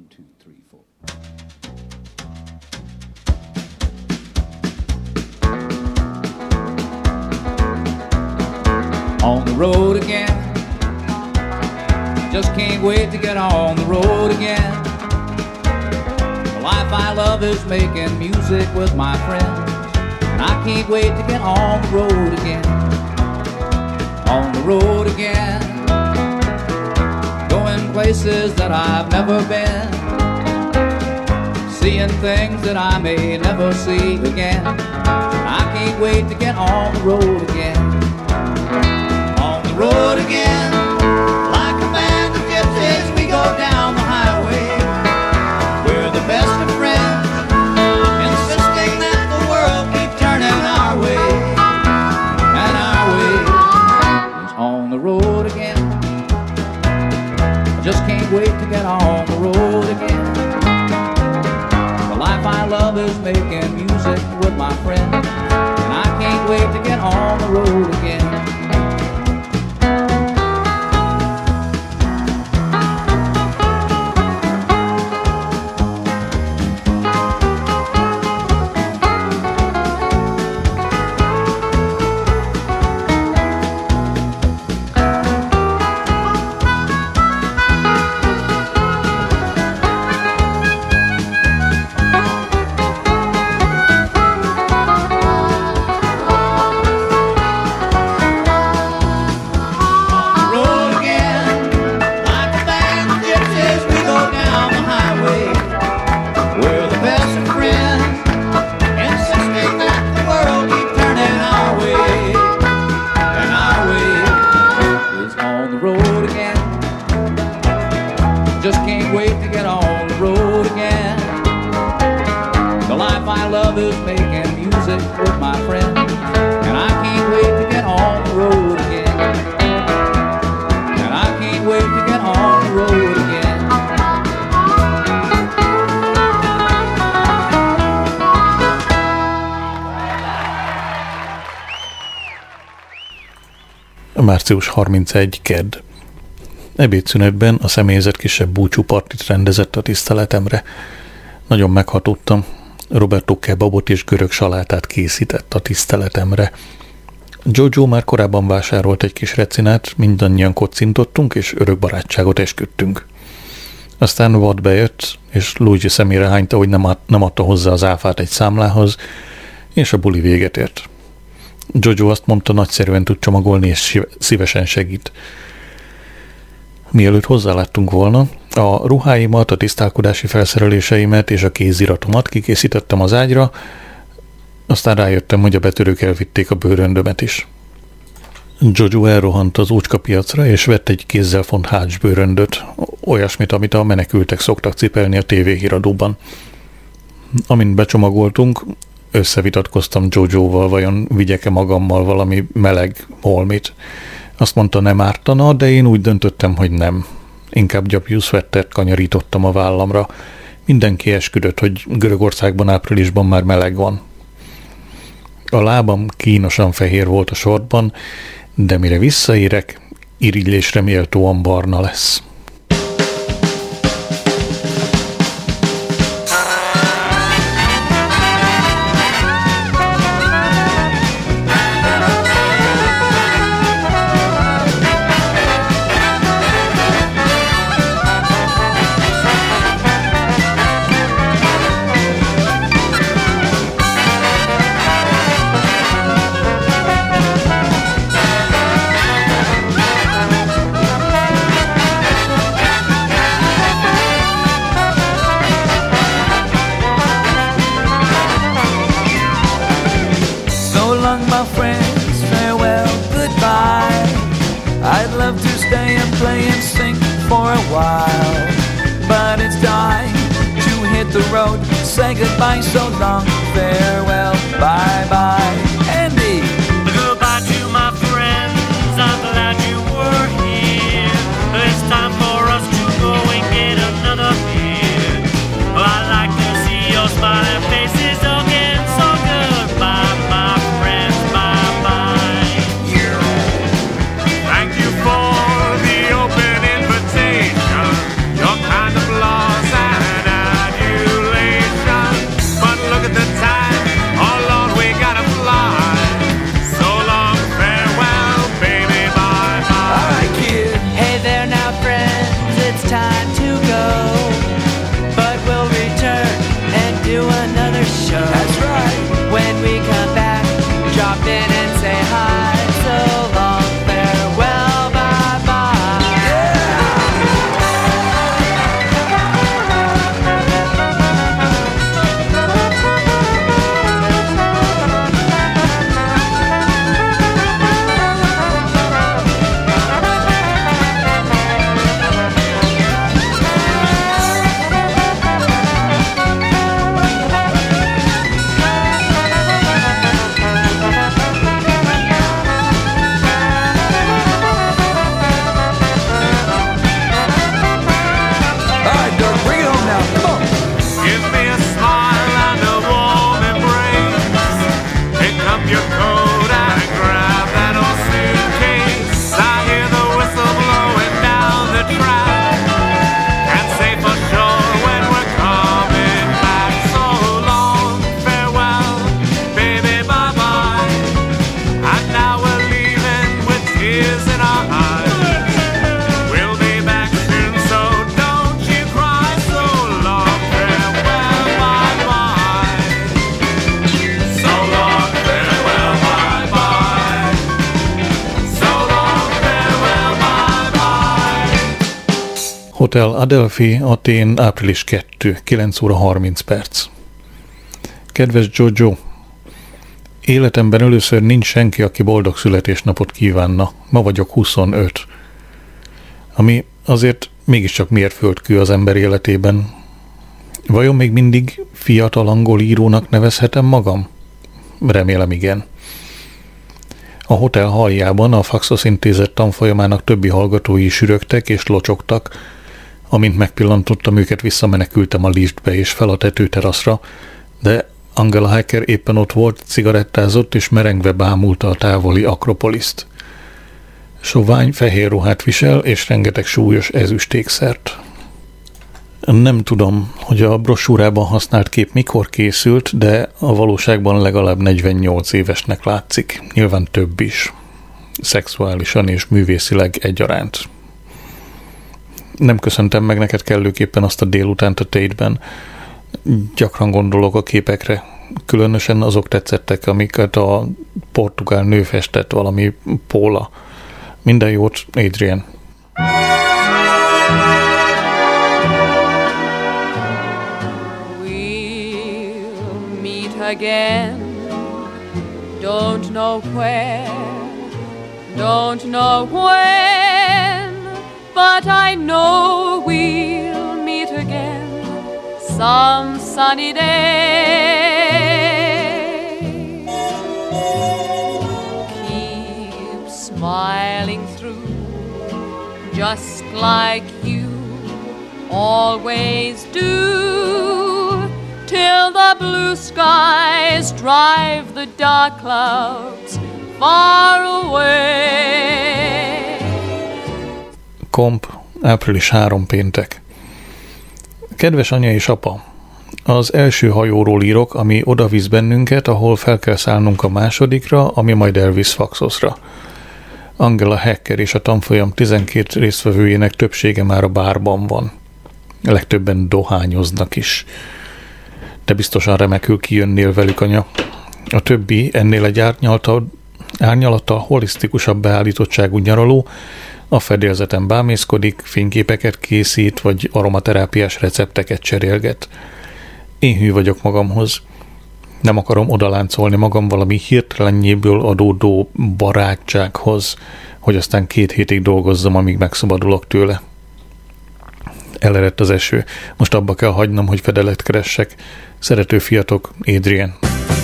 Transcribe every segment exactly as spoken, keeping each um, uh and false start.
One, two, three, four. On the road again. Just can't wait to get on the road again. The life I love is making music with my friends, and I can't wait to get on the road again. On the road again. Going places that I've never been, seeing things that I may never see again. I can't wait to get on the road again. On the road again. Like a band of gypsies we go down the highway. We're the best of friends, insisting that the world keep turning our way. And our way is on the road again. I just can't wait to get on the road again. The life I love is making music with my friends, and I can't wait to get on the road again. március harmincegyedike kedd. Ebédszünetben a személyzet kisebb búcsúpartit rendezett a tiszteletemre. Nagyon meghatódtam. Roberto kebabot és görög salátát készített a tiszteletemre. Jojo már korábban vásárolt egy kis recinát, mindannyian kocintottunk és örök barátságot esküdtünk. Aztán vad bejött, és Luigi szemére hányta, hogy nem, ad, nem adta hozzá az áfát egy számlához, és a buli véget ért. Jojo azt mondta, nagyszerűen tud csomagolni, és szívesen segít. Mielőtt hozzáláttunk volna, a ruháimat, a tisztálkodási felszereléseimet és a kéziratomat kikészítettem az ágyra, aztán rájöttem, hogy a betörők elvitték a bőröndömet is. Jojo elrohant az ócskapiacra, és vett egy kézzel font hátsbőröndöt, olyasmit, amit a menekültek szoktak cipelni a tévéhíradóban. Amint becsomagoltunk, összevitatkoztam Jojoval, vajon vigyek-e magammal valami meleg holmit. Azt mondta, nem ártana, de én úgy döntöttem, hogy nem. Inkább gyapjú szvettert kanyarítottam a vállamra. Mindenki esküdött, hogy Görögországban áprilisban már meleg van. A lábam kínosan fehér volt a sortban, de mire visszaérek, irigylésre méltóan barna lesz. Say goodbye, so long, farewell, bye-bye. Andy! Goodbye to my friends, I'm glad you were here. It's time for us to go and get another beer. I'd like to see your smiling faces again, so goodbye, my friends, bye-bye. Yeah. Thank you for the open invitation. Your kind of laws and got to go, but we'll return and do another show. That's right. When we come back, drop in and say hi. So long, farewell, bye-bye. Yeah! Hotel Adelphi, Atén, április kettő, kilenc óra harminc perc. Kedves Jojo, életemben először nincs senki, aki boldog születésnapot kívánna. Ma vagyok huszonöt. Ami azért mégiscsak mérföldkő az ember életében. Vajon még mindig fiatal angol írónak nevezhetem magam? Remélem igen. A hotel haljában a Faxos Intézet tanfolyamának többi hallgatói sürögtek és locsogtak. Amint megpillantottam őket, visszamenekültem a liftbe és fel a tetőteraszra, de Angela Hacker éppen ott volt, cigarettázott és merengve bámulta a távoli Akropoliszt. Sovány, fehér ruhát visel és rengeteg súlyos ezüstékszert. Nem tudom, hogy a brossúrában használt kép mikor készült, de a valóságban legalább negyvennyolc évesnek látszik, nyilván több is. Szexuálisan és művészileg egyaránt. Nem köszöntem meg neked kellőképpen azt a délutánt a Tate-ben. Gyakran gondolok a képekre. Különösen azok tetszettek, amiket a portugál nő festett, valami Póla. Minden jót, Adrian. We'll meet again. Don't know where, don't know when, but I know we'll meet again some sunny day. Keep smiling through, just like you always do, till the blue skies drive the dark clouds far away. Komp, április harmadika péntek. Kedves anya és apa, az első hajóról írok, ami odavisz bennünket, ahol fel kell szállnunk a másodikra, ami majd elvisz Faxosra. Angela Hacker és a tanfolyam tizenkét résztvevőjének többsége már a bárban van. Legtöbben dohányoznak is. Te biztosan remekül kijönnél velük, anya. A többi ennél egy árnyalta, árnyalata holisztikusabb beállítottságú nyaraló, a fedélzeten bámészkodik, fényképeket készít, vagy aromaterápiás recepteket cserélget. Én hű vagyok magamhoz. Nem akarom odaláncolni magam valami hirtelenjéből adódó barátsághoz, hogy aztán két hétig dolgozzam, amíg megszabadulok tőle. Elerett az eső. Most abba kell hagynom, hogy fedelet keressek. Szerető fiatok, Adrian.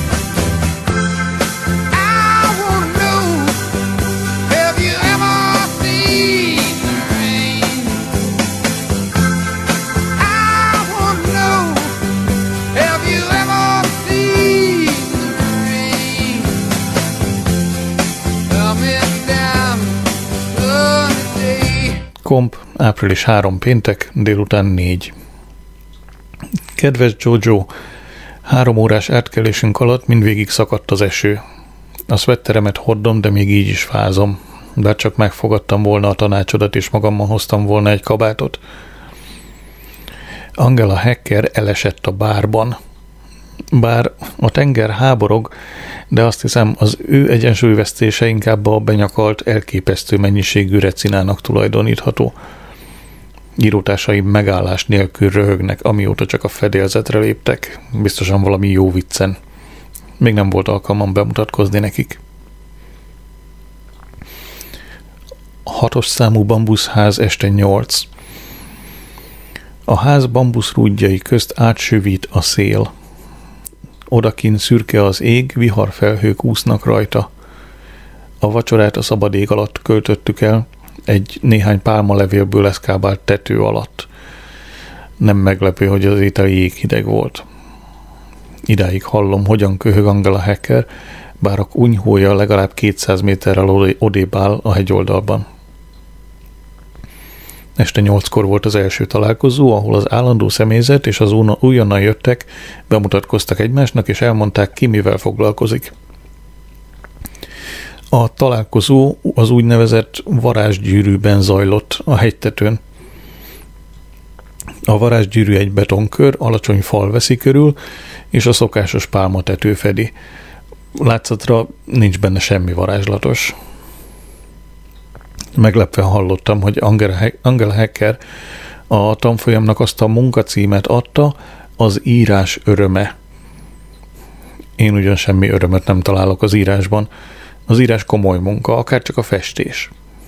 Komp, április harmadika péntek, délután négy. Kedves Jojo, három órás átkelésünk alatt mindvégig szakadt az eső. A szvetteremet hordom, de még így is fázom. Bár csak megfogadtam volna a tanácsodat, és magammal hoztam volna egy kabátot. Angela Hacker elesett a bárban. Bár a tenger háborog, de azt hiszem, az ő egyensúlyvesztése inkább a benyakalt, elképesztő mennyiségű recinának tulajdonítható. Írótársaim megállás nélkül röhögnek, amióta csak a fedélzetre léptek, biztosan valami jó viccen. Még nem volt alkalmam bemutatkozni nekik. A hatos számú bambuszház este nyolc. A ház bambuszrúdjai közt átsövít a szél. Odakint szürke az ég, viharfelhők úsznak rajta. A vacsorát a szabad ég alatt költöttük el, egy néhány pálmalevélből eszkábált tető alatt. Nem meglepő, hogy az étel jéghideg volt. Idáig hallom, hogyan köhög Angela Hacker, bár a kunyhója legalább kétszáz méterrel odébb áll a hegyoldalban. Este nyolckor volt az első találkozó, ahol az állandó személyzet és az újonnan jöttek, bemutatkoztak egymásnak, és elmondták, ki mivel foglalkozik. A találkozó az úgynevezett varázsgyűrűben zajlott a hegytetőn. A varázsgyűrű egy betonkör, alacsony fal veszi körül, és a szokásos pálmatető fedi. Látszatra nincs benne semmi varázslatos. Meglepve hallottam, hogy Angela Hacker a tanfolyamnak azt a munkacímet adta, az írás öröme. Én ugyan semmi örömet nem találok az írásban. Az írás komoly munka, akár csak a festés.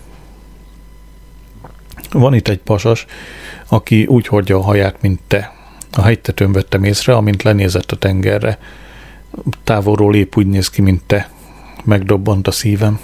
Van itt egy pasas, aki úgy hordja a haját, mint te. A hegytetőn vettem észre, amint lenézett a tengerre. Távolról épp úgy néz ki, mint te. Megdobbant a szívem.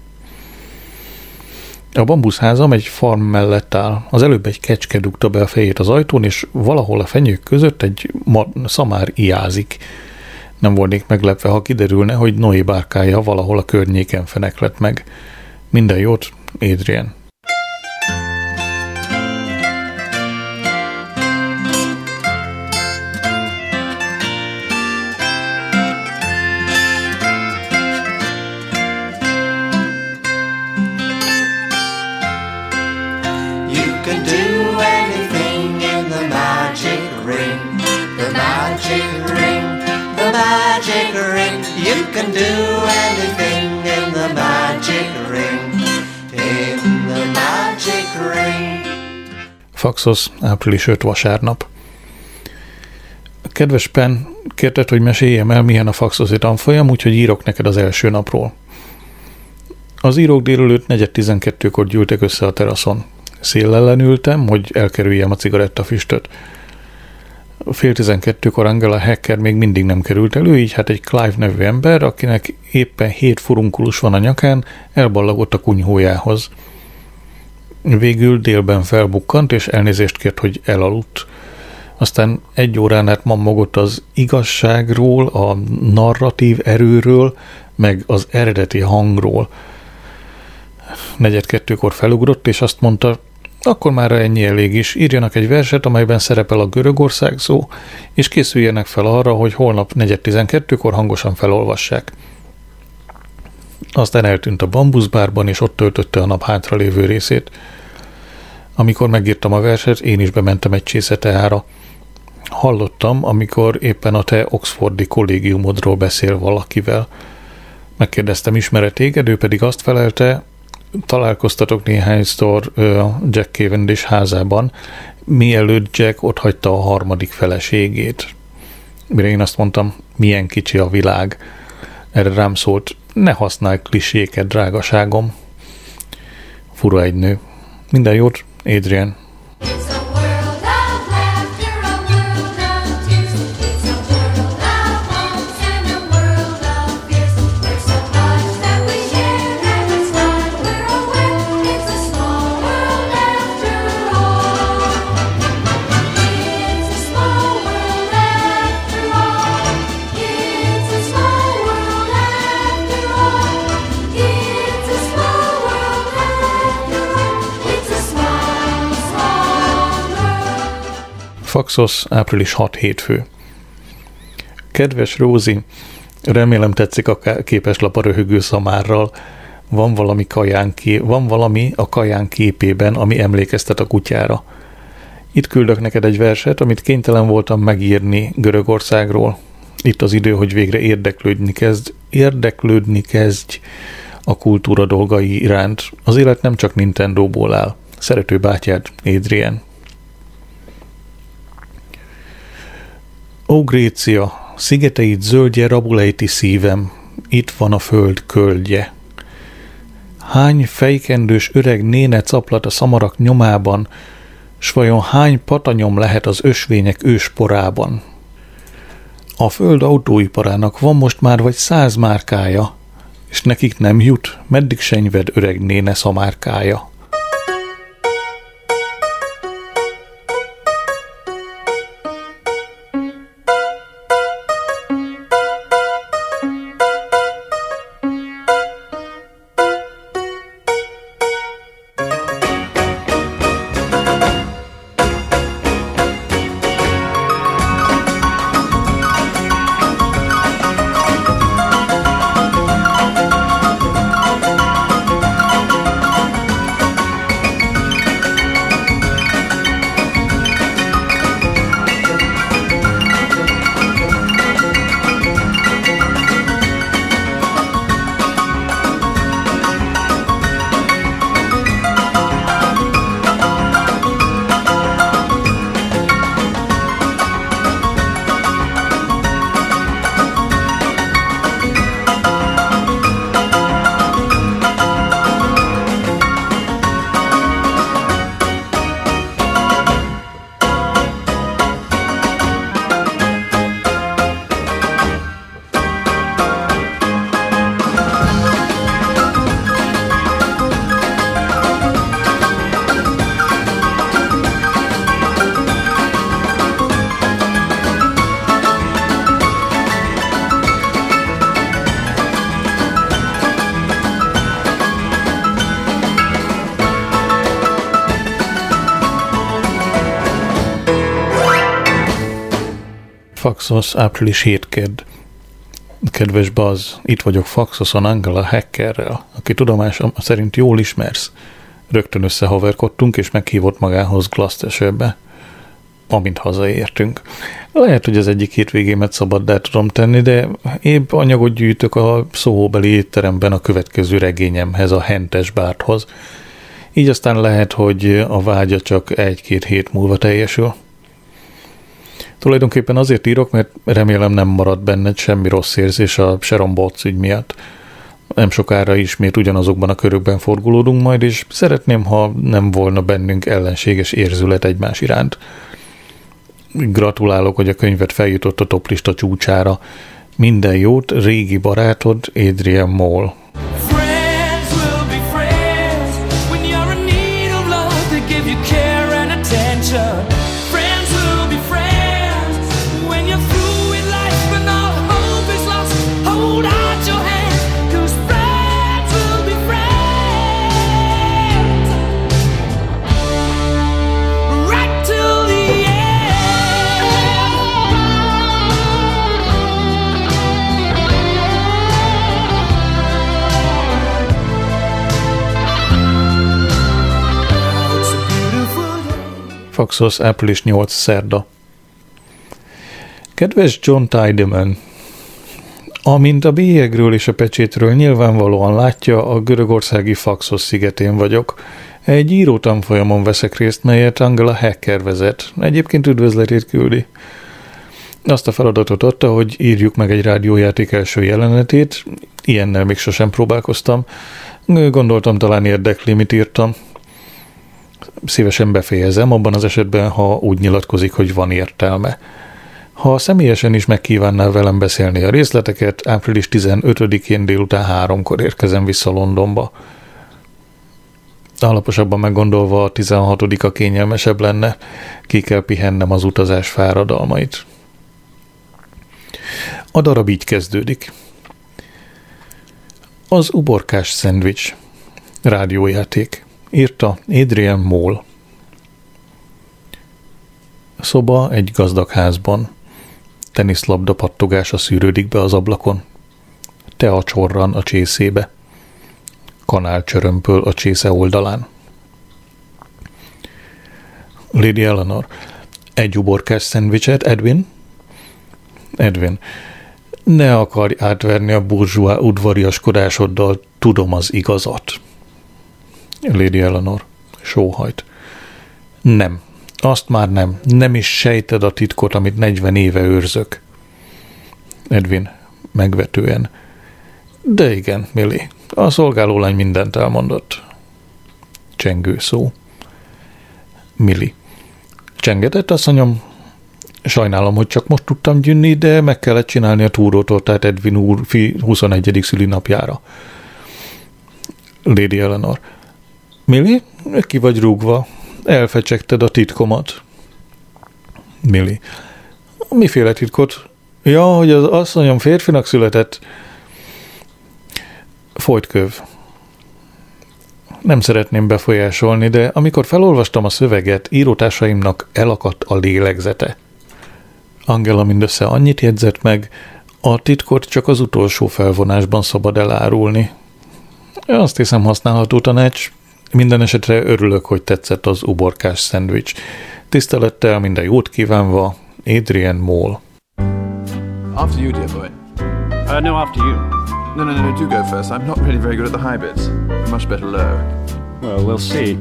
A bambuszházam egy farm mellett áll. Az előbb egy kecske dugta be a fejét az ajtón, és valahol a fenyők között egy ma- szamár ijázik. Nem volnék meglepve, ha kiderülne, hogy Noé bárkája valahol a környéken feneklett meg. Minden jót, Adrian. You can do anything in the magic ring, in the magic ring. Faxos, április ötödike vasárnap. Kedves Pen, kérted, hogy meséljem el, milyen a faxoszi tanfolyam, úgyhogy írok neked az első napról. Az írók délelőtt negyed tizenkettőkor gyűltek össze a teraszon. Széllellen ültem, hogy elkerüljem a cigarettafüstöt. Fél tizenkettőkor Angela Hacker még mindig nem került elő, így hát egy Clive nevű ember, akinek éppen hét furunkulus van a nyakán, elballagott a kunyhójához. Végül délben felbukkant, és elnézést kért, hogy elaludt. Aztán egy órán át mammogott az igazságról, a narratív erőről, meg az eredeti hangról. Negyedkettőkor felugrott, és azt mondta, akkor már ennyi elég is, írjanak egy verset, amelyben szerepel a Görögország szó, és készüljenek fel arra, hogy holnap negyed tizenkettőkor hangosan felolvassák. Aztán eltűnt a bambuszbárban, és ott töltötte a nap hátralévő részét. Amikor megírtam a verset, én is bementem egy csésze teára. Hallottam, amikor éppen a te oxfordi kollégiumodról beszél valakivel. Megkérdeztem, ismer-e téged, ő pedig azt felelte, találkoztatok néhányszor uh, Jack Cavendish házában, mielőtt Jack otthagyta a harmadik feleségét. Mire én azt mondtam, milyen kicsi a világ. Erre rám szólt, ne használj kliséket, drágaságom. Fura egy nő. Minden jót, Adrian. Faxos, április hatodika hétfő. Kedves Rózi, remélem tetszik a képeslap a röhögő szamárral. Van valami, kaján ké... Van valami a kaján képében, ami emlékeztet a kutyára. Itt küldök neked egy verset, amit kénytelen voltam megírni Görögországról. Itt az idő, hogy végre érdeklődni kezd, érdeklődni kezdj a kultúra dolgai iránt. Az élet nem csak Nintendóból áll. Szerető bátyád, Adrian. Ó, Grécia, szigeteid zöldje, rabulejti szívem, itt van a föld köldje. Hány fejkendős öreg néne caplat a szamarak nyomában, s vajon hány patanyom lehet az ösvények ősporában? A föld autóiparának van most már vagy száz márkája, és nekik nem jut, meddig senyved öreg néne szamárkája. Faxos, április hét kedd. Kedves Buzz, itt vagyok Faxoson Angela Hackerrel, aki tudomásom szerint jól ismersz. Rögtön összehaverkodtunk, és meghívott magához Gloucestershire-be, amint hazaértünk. Lehet, hogy az egyik hétvégémet szabaddá tudom tenni, de épp anyagot gyűjtök a szóhóbeli étteremben a következő regényemhez, a Hentes Bárthoz. Így aztán lehet, hogy a vágya csak egy-két hét múlva teljesül. Tulajdonképpen azért írok, mert remélem nem marad benned semmi rossz érzés a Sharon Botts ügy miatt. Nem sokára ismét ugyanazokban a körökben forgulódunk majd, és szeretném, ha nem volna bennünk ellenséges érzület egymás iránt. Gratulálok, hogy a könyvet feljutott a toplista csúcsára. Minden jót, régi barátod, Adrian Mole. Faxos, április nyolcadika szerda. Kedves John Tiedemann, amint a bélyegről és a pecsétről nyilvánvalóan látja, a görögországi Faxos szigetén vagyok. Egy írótanfolyamon veszek részt, melyet Angela Hacker vezet. Egyébként üdvözletét küldi. Azt a feladatot adta, hogy írjuk meg egy rádiójáték első jelenetét. Ilyennel még sosem próbálkoztam. Gondoltam, talán érdekli, mit írtam. Szívesen befejezem, abban az esetben, ha úgy nyilatkozik, hogy van értelme. Ha személyesen is megkívánnál velem beszélni a részleteket, április tizenötödikén délután háromkor érkezem vissza Londonba. Alaposabban meggondolva a tizenhatodika kényelmesebb lenne, ki kell pihennem az utazás fáradalmait. A darab így kezdődik. Az uborkás szendvics. Rádiójáték. Írta Adrian Mole. Szoba egy gazdag házban. Teniszlabda pattogása szűrődik be az ablakon. Tea csorran a csészébe. Kanál csörömpöl a csésze oldalán. Lady Eleanor. Egy uborkás szendvicset, Edwin? Edwin. Ne akarj átverni a burzsúá udvariaskodásoddal, tudom az igazat. Lady Eleanor. Sóhajt. Nem. Azt már nem. Nem is sejted a titkot, amit negyven éve őrzök. Edwin. Megvetően. De igen, Millie. A szolgálólány mindent elmondott. Csengő szó. Millie. Csengetett, asszonyom? Sajnálom, hogy csak most tudtam gyűnni, de meg kellett csinálni a túrótortát Edwin úr fi huszonegyedik szülinapjára. Lady Eleanor. Millie, ki vagy rúgva? Elfecsegted a titkomat. Millie. Miféle titkot? Ja, hogy az asszonyom férfinak született. Folytköv. Nem szeretném befolyásolni, de amikor felolvastam a szöveget, írótársaimnak elakadt a lélegzete. Angela mindössze annyit jegyzett meg, a titkot csak az utolsó felvonásban szabad elárulni. Azt hiszem használható tanács. Minden esetre örülök, hogy tetszett az uborkás szendvics. Tisztelettel minden jót kívánva, Adrian Mole. After you, dear boy. Uh, no, after you. No, no, no, no, do go first. I'm not really very good at the high bits. I'm much better low. Well, we'll see.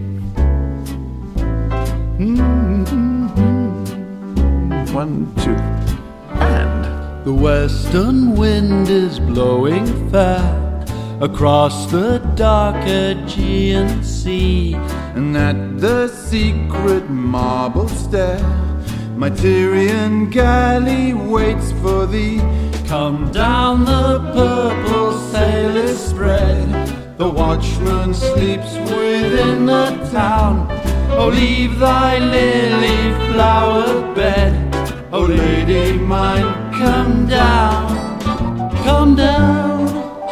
One, two, and... The western wind is blowing fair across the dark Aegean Sea, and at the secret marble stair my Tyrian galley waits for thee. Come down, the purple sail is spread, the watchman sleeps within the town. Oh, leave thy lily-flowered bed, oh, lady mine, come down, come down,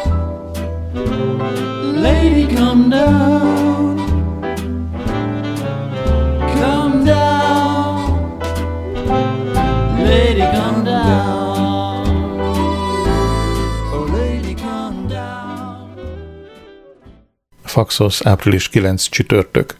lady, come down, come down, lady, come down, oh, lady, come down. Faxos, április kilencedike csütörtök.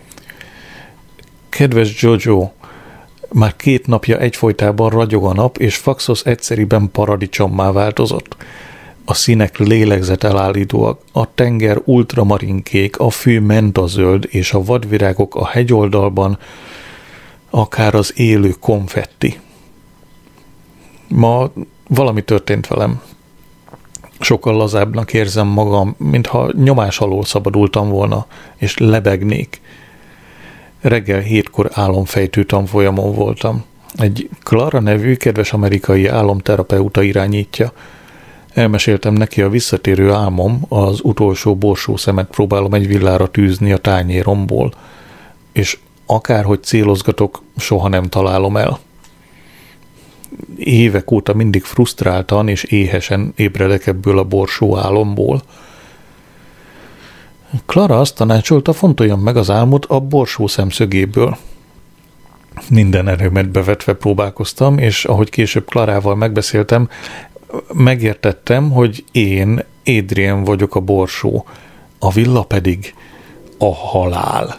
Kedves Jojo, már két napja egyfolytában ragyog a nap, és Faxos egyszeriben paradicsommá változott. A színek lélegzetelállítóak, a tenger ultramarinkék, a fű mentazöld, és a vadvirágok a hegyoldalban, akár az élő konfetti. Ma valami történt velem. Sokkal lazábbnak érzem magam, mintha nyomás alól szabadultam volna, és lebegnék. Reggel hétkor álomfejtő tanfolyamon voltam. Egy Clara nevű kedves amerikai álomterapeuta irányítja. Elmeséltem neki a visszatérő álmom, az utolsó borsó szemet próbálom egy villára tűzni a tányéromból, és akárhogy célozgatok, soha nem találom el. Évek óta mindig frusztráltan és éhesen ébredek ebből a borsó álomból. Clara azt tanácsolta, fontoljam meg az álmot a borsó szemszögéből. Minden erőmet bevetve próbálkoztam, és ahogy később Clarával megbeszéltem, megértettem, hogy én, Adrian vagyok a borsó, a villa pedig a halál.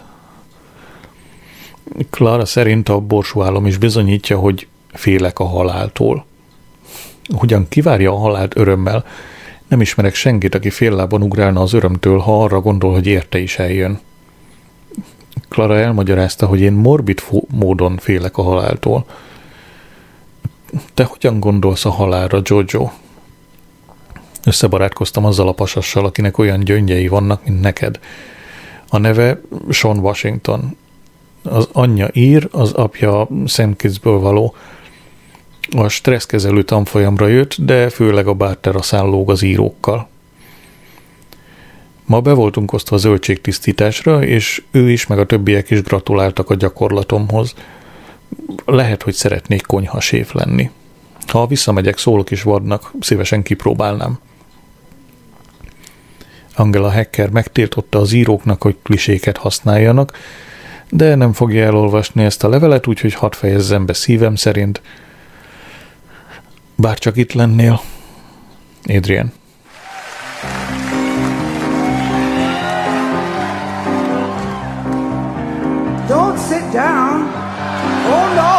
Clara szerint a borsóálom is bizonyítja, hogy félek a haláltól. Hogyan kivárja a halált örömmel, nem ismerek senkit, aki féllábon ugrálna az örömtől, ha arra gondol, hogy érte is eljön. Clara elmagyarázta, hogy én morbid módon félek a haláltól. Te hogyan gondolsz a halálra, Jojo? Összebarátkoztam azzal a pasassal, akinek olyan gyöngyei vannak, mint neked. A neve Sean Washington. Az anyja ír, az apja Saint Kittsből való. A stresszkezelő tanfolyamra jött, de főleg a bárteraszán lóg az írókkal. Ma be voltunk osztva zöldségtisztításra, és ő is, meg a többiek is gratuláltak a gyakorlatomhoz. Lehet, hogy szeretnék konyhaséf lenni. Ha visszamegyek, szólok is Vadnak, szívesen kipróbálnám. Angela Hacker megtiltotta az íróknak, hogy kliséket használjanak, de nem fogja elolvasni ezt a levelet, úgyhogy hadd fejezzem be szívem szerint. Bár csak itt lennél. Adrian. Don't sit down. Oh no!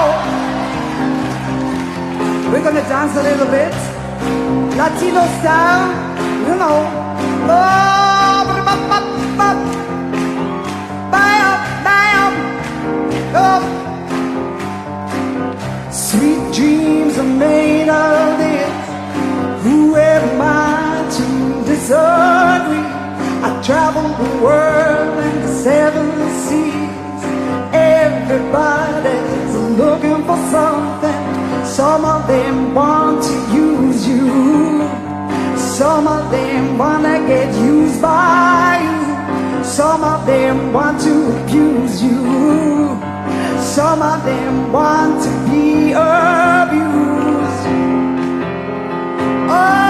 We're gonna dance a little bit, Latino style, you know. Oh, bam, bam, bam, bam, bam, oh. Sweet dreams are made of this. Who am I to disagree? I travel the world and the seven seas. Everybody's looking for something. Some of them want to use you. Some of them wanna get used by you. Some of them want to abuse you. Some of them want to be abused. Oh.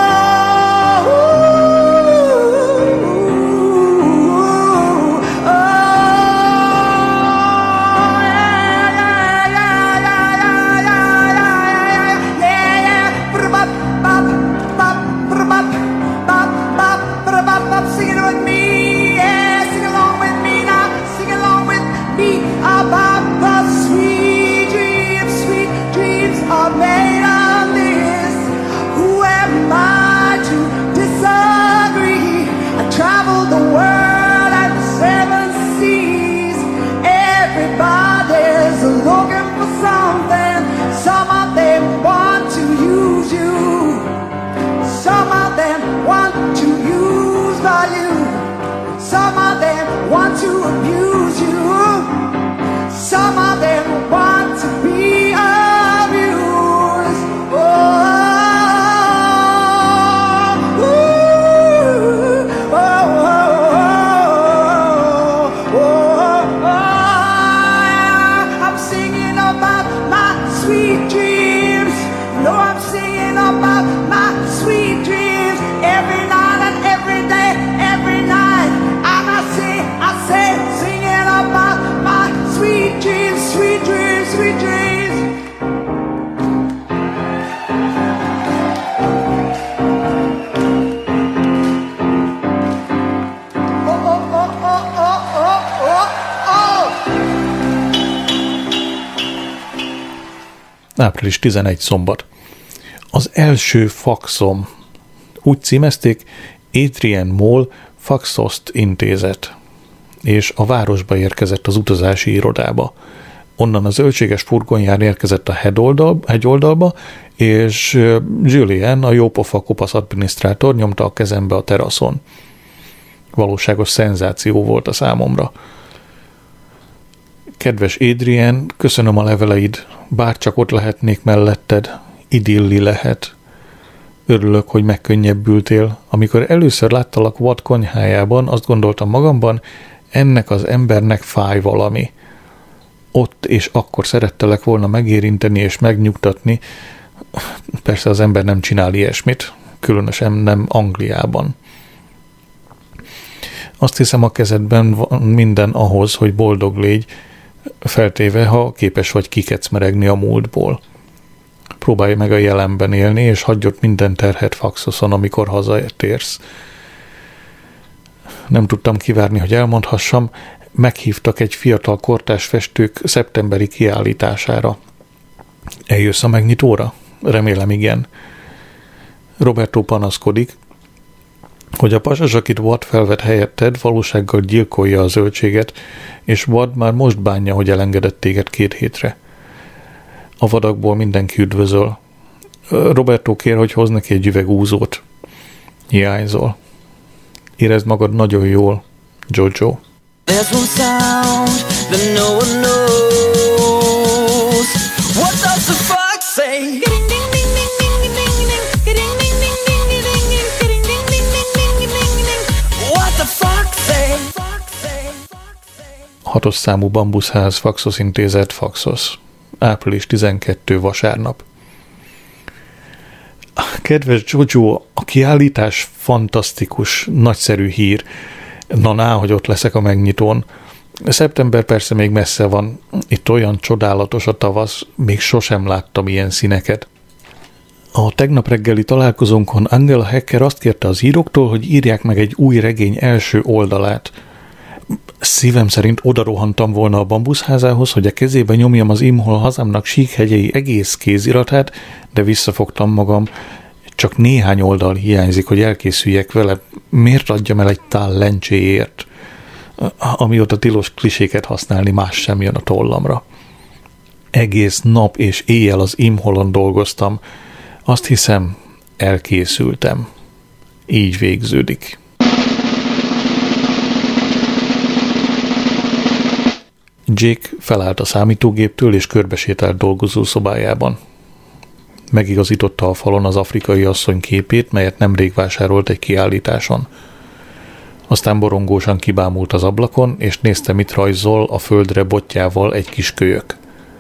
Want to abuse you. Some of them want to be abused. Oh, ooh, oh, oh, oh, oh, oh. I'm singing about my sweet dreams. No, I'm singing about my sweet dreams every night and every day, every night. And I say, I say, singing about my sweet dreams, sweet dreams, sweet dreams. Oh, oh, oh, oh, oh, oh, oh, oh. április tizenegy szombat. Az első faxom. Úgy címezték, Adrian Mole Faxoszt intézet, és a városba érkezett az utazási irodába. Onnan a zöldséges furgonjár érkezett a hegyoldal, hegyoldalba, és Julian, a jópofa kopasz adminisztrátor nyomta a kezembe a teraszon. Valóságos szenzáció volt a számomra. Kedves Adrian, köszönöm a leveleid, bárcsak ott lehetnék melletted, idilli lehet. Örülök, hogy megkönnyebbültél. Amikor először láttalak Watt konyhájában, azt gondoltam magamban, ennek az embernek fáj valami. Ott és akkor szerettelek volna megérinteni és megnyugtatni. Persze az ember nem csinál ilyesmit, különösen nem Angliában. Azt hiszem, a kezedben van minden ahhoz, hogy boldog légy, feltéve, ha képes vagy kikecmeregni a múltból. Próbálj meg a jelenben élni, és hagyj ott minden terhet Faxoszon, amikor hazatérsz. Nem tudtam kivárni, hogy elmondhassam, meghívtak egy fiatal kortárs festők szeptemberi kiállítására. Eljössz a megnyitóra? Remélem igen. Roberto panaszkodik, hogy a pasas, akit Watt felvett helyetted, valósággal gyilkolja a zöldséget, és Watt már most bánja, hogy elengedett téged két hétre. A vadakból mindenki üdvözöl. Roberto kér, hogy hoz neki egy üveg úzót. Hiányzol. Érezd magad nagyon jól, Jojo. There's one sound that no one knows. What does the fox say? What the fox say? Hatos számú bambuszház, Faxos intézet, Faxos. április tizenkettő vasárnap. Kedves Jojo, a kiállítás fantasztikus, nagyszerű hír. Na ná, hogy ott leszek a megnyitón. Szeptember persze még messze van. Itt olyan csodálatos a tavasz, még sosem láttam ilyen színeket. A tegnap reggeli találkozónkon Angela Hacker azt kérte az íróktól, hogy írják meg egy új regény első oldalát. Szívem szerint oda rohantam volna a bambuszházához, hogy a kezébe nyomjam az Imhol hazámnak síkhegyei egész kéziratát, de visszafogtam magam. Csak néhány oldal hiányzik, hogy elkészüljek vele. Miért adjam el egy tál lencséért? Amióta tilos kliséket használni, más sem jön a tollamra. Egész nap és éjjel az Imholon dolgoztam. Azt hiszem, elkészültem. Így végződik. Jake felállt a számítógéptől és körbesétált dolgozószobájában. Megigazította a falon az afrikai asszony képét, melyet nemrég vásárolt egy kiállításon. Aztán borongósan kibámult az ablakon, és nézte, mit rajzol a földre botjával egy kis kölyök.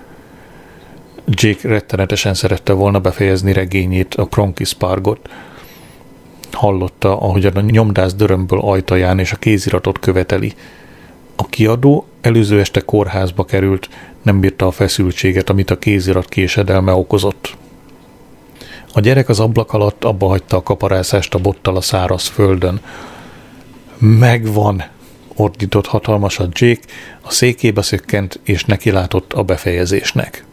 Jake rettenetesen szerette volna befejezni regényét, a Kronki Spargot. Hallotta, ahogy a nyomdász dörömből ajtaján és a kéziratot követeli. A kiadó előző este kórházba került, nem bírta a feszültséget, amit a kézirat késedelme okozott. A gyerek az ablak alatt abba hagyta a kaparászást a bottal a száraz földön. Megvan! Ordított hatalmasat Jake, a székébe szökkent, és nekilátott a befejezésnek.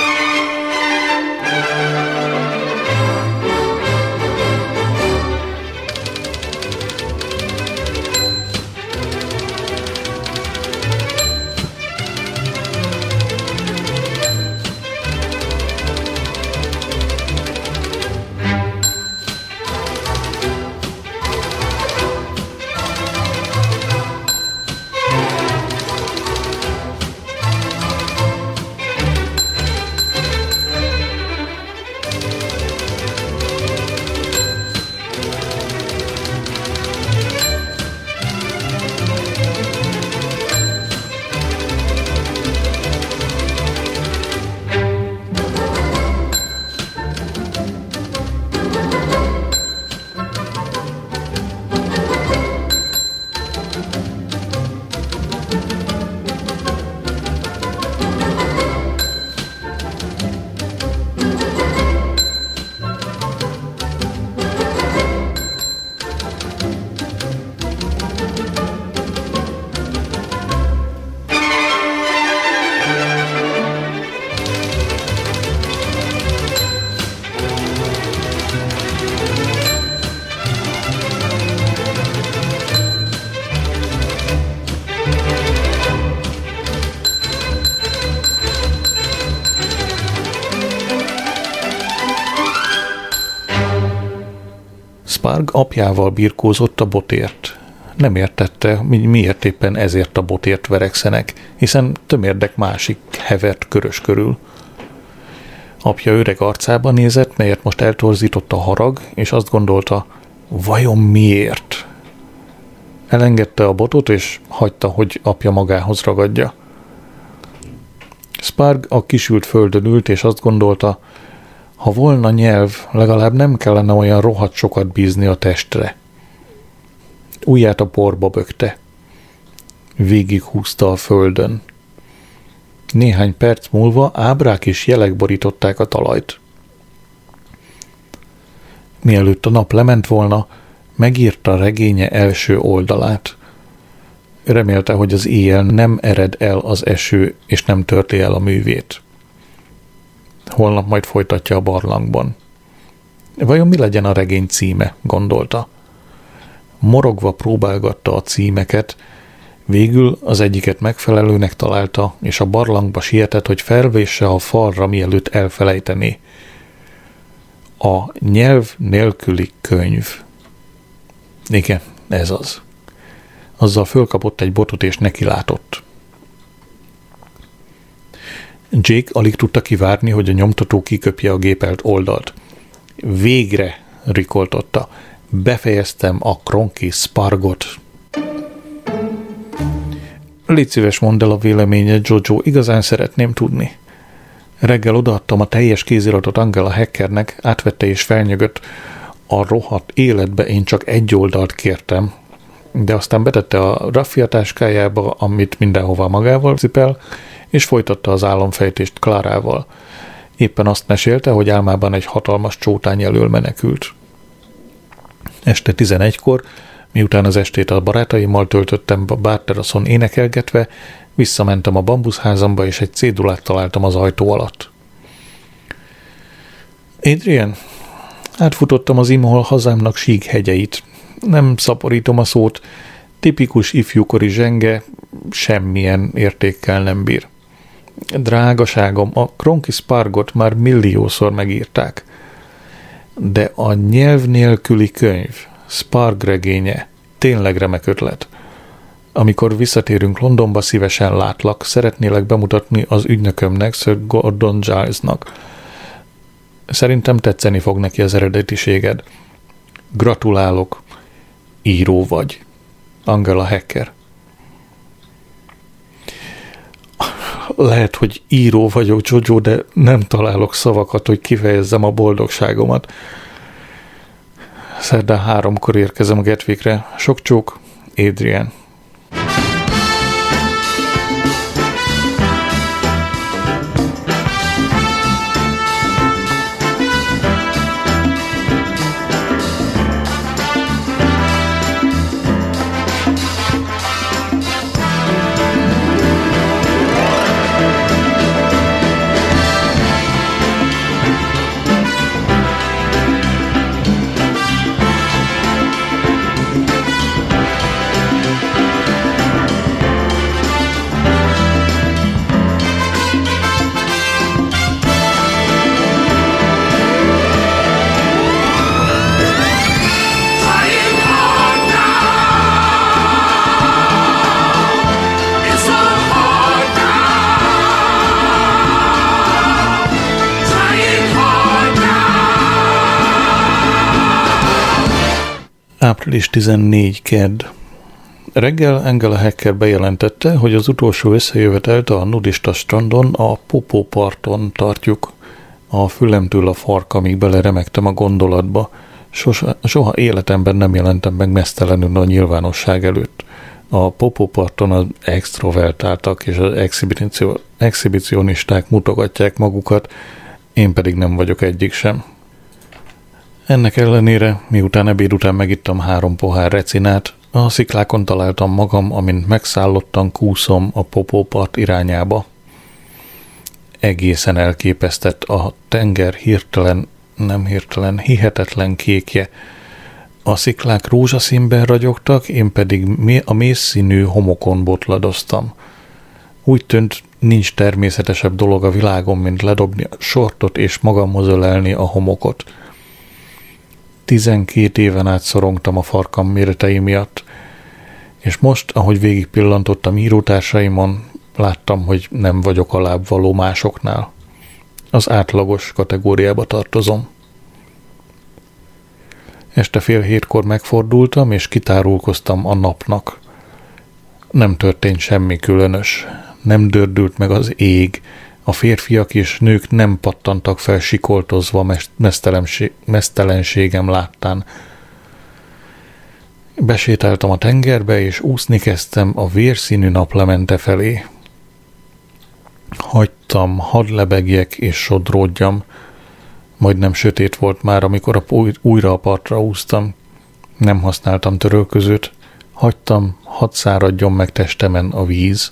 Sparg apjával birkózott a botért. Nem értette, miért éppen ezért a botért verekszenek, hiszen tömérdek másik hevert körös körül. Apja öreg arcába nézett, melyet most eltorzított a harag, és azt gondolta, vajon miért? Elengedte a botot, és hagyta, hogy apja magához ragadja. Sparg a kisült földön ült, és azt gondolta, ha volna nyelv, legalább nem kellene olyan rohadt sokat bízni a testre. Ujját a porba bökte. Végighúzta a földön. Néhány perc múlva ábrák és jelek borították a talajt. Mielőtt a nap lement volna, megírta regénye első oldalát. Remélte, hogy az éjjel nem ered el az eső, és nem törli el a művét. Holnap majd folytatja a barlangban. Vajon mi legyen a regény címe, gondolta. Morogva próbálgatta a címeket, végül az egyiket megfelelőnek találta, és a barlangba sietett, hogy felvésse a falra, mielőtt elfelejtené. A nyelv nélküli könyv. Igen, ez az. Azzal fölkapott egy botot, és nekilátott. Jake alig tudta kivárni, hogy a nyomtató kiköpje a gépelt oldalt. Végre, rikoltotta. Befejeztem a Kronki Spargot. Légy szíves, mondd el a véleményed, Jojo, igazán szeretném tudni. Reggel odaadtam a teljes kéziratot Angela Hackernek, átvette és felnyögött. A rohadt életbe én csak egy oldalt kértem, de aztán betette a raffia táskájába, amit mindenhova magával cipel, és folytatta az álomfejtést Klárával. Éppen azt mesélte, hogy álmában egy hatalmas csótány elől menekült. Este tizenegykor Miután az estét a barátaimmal töltöttem a bárteraszon énekelgetve, visszamentem a bambuszházamba, és egy cédulát találtam az ajtó alatt. Adrian, átfutottam az imhol hazámnak sík hegyeit. Nem szaporítom a szót, tipikus ifjúkori zsenge, semmilyen értékkel nem bír. Drágaságom, a Kronkispargot már milliószor megírták. De a nyelv nélküli könyv, Sparg regénye, tényleg remek ötlet. Amikor visszatérünk Londonba, szívesen látlak, szeretnélek bemutatni az ügynökömnek, Sir Gordon Gilesnak. Szerintem tetszeni fog neki az eredetiséged. Gratulálok, író vagy. Angela Hacker. Lehet, hogy író vagyok, Jojo, de nem találok szavakat, hogy kifejezzem a boldogságomat. Szerdán háromkor érkezem a Gatwickre. Sok csók, Adrian. április tizennégyedike kedd. Reggel Angela Hacker bejelentette, hogy az utolsó összejövetelt a nudista strandon, a Popó parton tartjuk. A fülemtől a farkamig beleremegtem a gondolatba. Sosa, soha életemben nem jelentem meg mesztelenül a nyilvánosság előtt. A Popó parton az extrovertáltak és az exhibició, exhibicionisták mutogatják magukat, én pedig nem vagyok egyik sem. Ennek ellenére, miután ebéd után megittam három pohár recinát, a sziklákon találtam magam, amint megszállottan kúszom a Popópart irányába. Egészen elképesztett a tenger hirtelen, nem hirtelen, hihetetlen kékje. A sziklák rózsaszínben ragyogtak, én pedig a mészszínű homokon botladoztam. Úgy tűnt, nincs természetesebb dolog a világon, mint ledobni a sortot és magamhoz ölelni a homokot. Tizenkét éven át szorongtam a farkam méretei miatt, és most, ahogy végig pillantottam írótársaimon, láttam, hogy nem vagyok alábbvaló másoknál. Az átlagos kategóriába tartozom. Este fél hétkor megfordultam, és kitárulkoztam a napnak. Nem történt semmi különös. Nem dördült meg az ég. A férfiak és nők nem pattantak fel sikoltozva mesztelenség, mesztelenségem láttán. Besétáltam a tengerbe, és úszni kezdtem a vérszínű naplemente felé. Hagytam, hadd lebegjek és sodródjam. Majdnem sötét volt már, amikor a, újra a partra úsztam. Nem használtam törölközőt. Hagytam, hadd száradjon meg testemen a víz.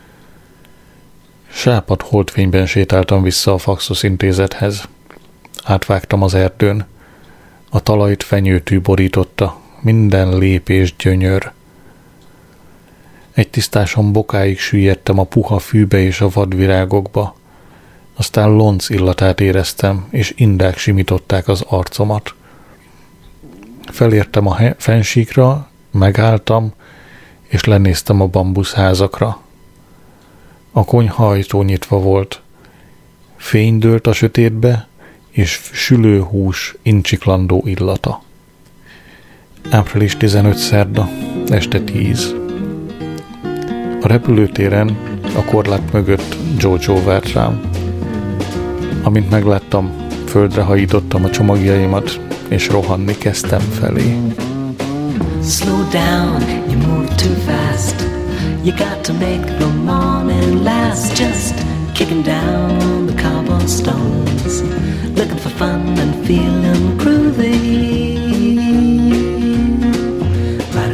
Sápadt holdfényben sétáltam vissza a Faxos intézethez. Átvágtam az erdőn. A talajt fenyőtű borította, minden lépés gyönyör. Egy tisztáson bokáig süllyedtem a puha fűbe és a vadvirágokba. Aztán lonc illatát éreztem, és indák simították az arcomat. Felértem a fennsíkra, megálltam, és lenéztem a bambuszházakra. A konyha ajtó nyitva volt. Fény dőlt a sötétbe, és sülő hús incsiklandó illata. április tizenötödike szerda, este tíz. A repülőtéren, a korlát mögött Jojo várt rám. Amint megláttam, földre hajítottam a csomagjaimat, és rohanni kezdtem felé. Slow down, you move too fast. You got to make the morning last. Just kicking down the cobblestones, looking for fun and feeling groovy.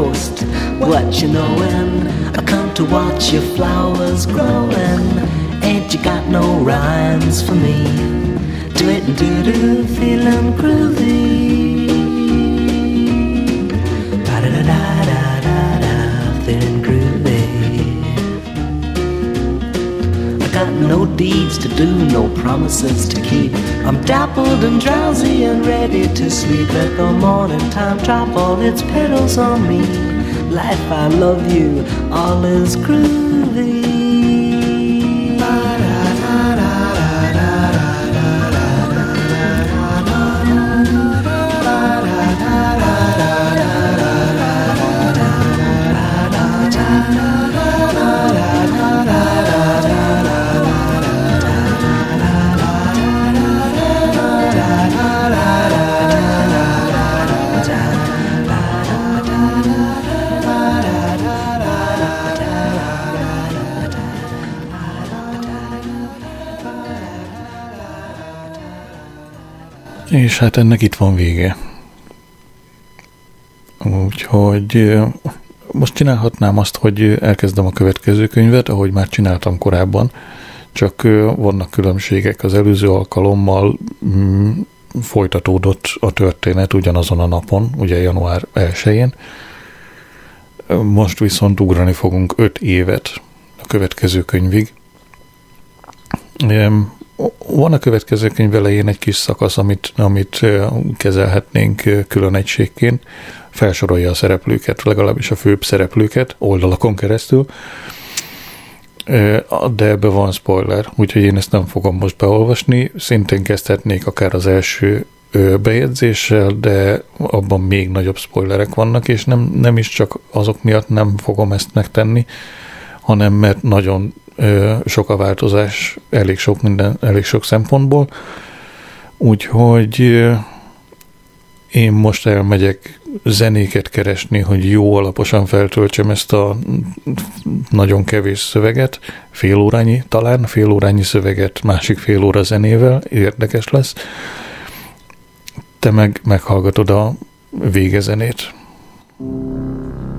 ghost. What you knowin'? I come to watch your flowers growin'. Ain't you got no rhymes for me? Do it and do do, feelin' groovy. Da da da da da da, feelin' groovy. I got no deeds to do, no promises to keep. I'm dappled and drowsy and ready to sleep. Let the morning time drop all its petals on me. Life, I love you, all is groovy. És hát ennek itt van vége. Úgyhogy most csinálhatnám azt, hogy elkezdem a következő könyvet, ahogy már csináltam korábban, csak vannak különbségek. Az előző alkalommal mm, folytatódott a történet ugyanazon a napon, ugye január elsején. Most viszont ugrani fogunk öt évet a következő könyvig. Van a következő könyv elején egy kis szakasz, amit, amit kezelhetnénk külön egységként. Felsorolja a szereplőket, legalábbis a főbb szereplőket oldalakon keresztül. De ebben van spoiler, úgyhogy én ezt nem fogom most beolvasni. Szintén kezdhetnék akár az első bejegyzéssel, de abban még nagyobb spoilerek vannak, és nem, nem is csak azok miatt nem fogom ezt megtenni, hanem mert nagyon sok a változás, elég sok minden, elég sok szempontból. Úgyhogy én most elmegyek zenéket keresni, hogy jó alaposan feltöltsem ezt a nagyon kevés szöveget, fél órányi, talán fél órányi szöveget másik fél óra zenével, érdekes lesz. Te meg meghallgatod a végezenét.